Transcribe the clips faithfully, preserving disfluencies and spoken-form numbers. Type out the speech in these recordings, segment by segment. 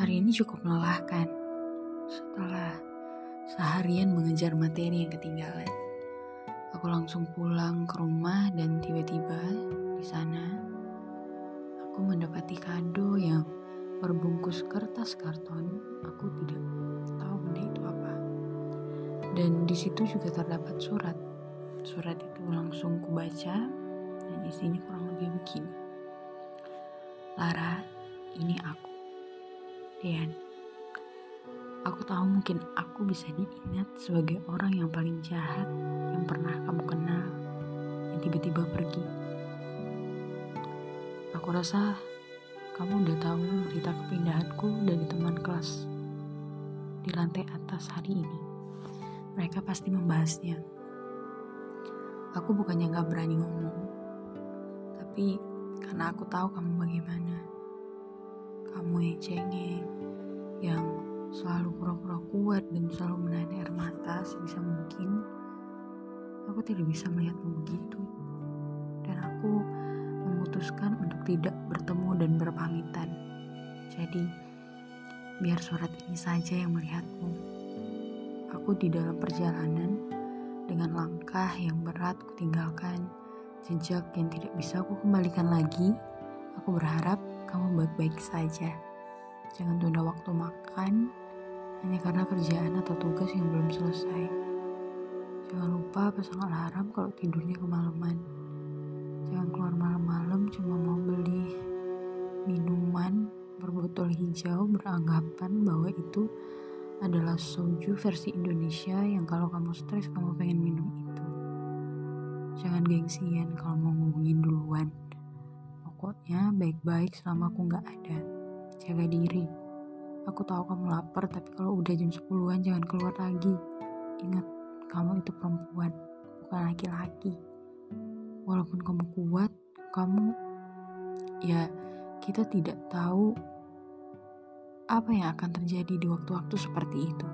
Hari ini cukup melelahkan. Setelah seharian mengejar materi yang ketinggalan, aku langsung pulang ke rumah dan tiba-tiba di sana aku mendapati kado yang berbungkus kertas karton. Aku tidak tahu benda itu apa. Dan di situ juga terdapat surat. Surat itu langsung kubaca dan isinya kurang lebih begini. Lara, ini aku. Dan aku tahu mungkin aku bisa diingat sebagai orang yang paling jahat yang pernah kamu kenal, yang tiba-tiba pergi. Aku rasa kamu udah tahu berita kepindahanku dari teman kelas di lantai atas hari ini. Mereka pasti membahasnya. Aku bukannya gak berani ngomong, tapi karena aku tahu kamu bagaimana. Kamu yang cengeng, yang selalu pura-pura kuat dan selalu menahan air mata sebisa mungkin. Aku tidak bisa melihatmu begitu. Dan aku memutuskan untuk tidak bertemu dan berpamitan. Jadi, biar surat ini saja yang melihatmu. Aku di dalam perjalanan dengan langkah yang berat kutinggalkan, jejak yang tidak bisa aku kembalikan lagi. Aku berharap kamu baik-baik saja. Jangan tunda waktu makan hanya karena kerjaan atau tugas yang belum selesai. Jangan lupa pasang alarm kalau tidurnya kemalaman. Jangan keluar malam-malam cuma mau beli minuman berbotol hijau beranggapan bahwa itu adalah soju versi Indonesia yang kalau kamu stres kamu pengen minum itu. Jangan gengsian kalau mau ngubungin duluan. Pokoknya baik-baik selama aku gak ada. Jaga diri. Aku tahu kamu lapar, tapi kalau udah jam sepuluhan jangan keluar lagi. Ingat, kamu itu perempuan, bukan laki-laki. Walaupun kamu kuat, kamu, ya kita tidak tahu apa yang akan terjadi di waktu-waktu seperti itu.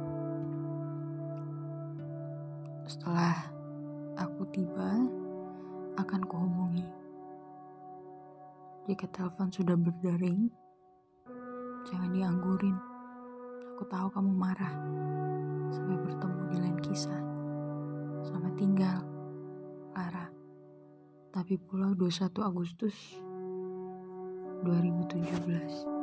Setelah aku tiba, akan kuhubungi. Jika telepon sudah berdering, jangan dianggurin. Aku tahu kamu marah. Sampai bertemu di lain kisah. Selamat tinggal, Lara. Tapi Pulau dua puluh satu Agustus dua ribu tujuh belas.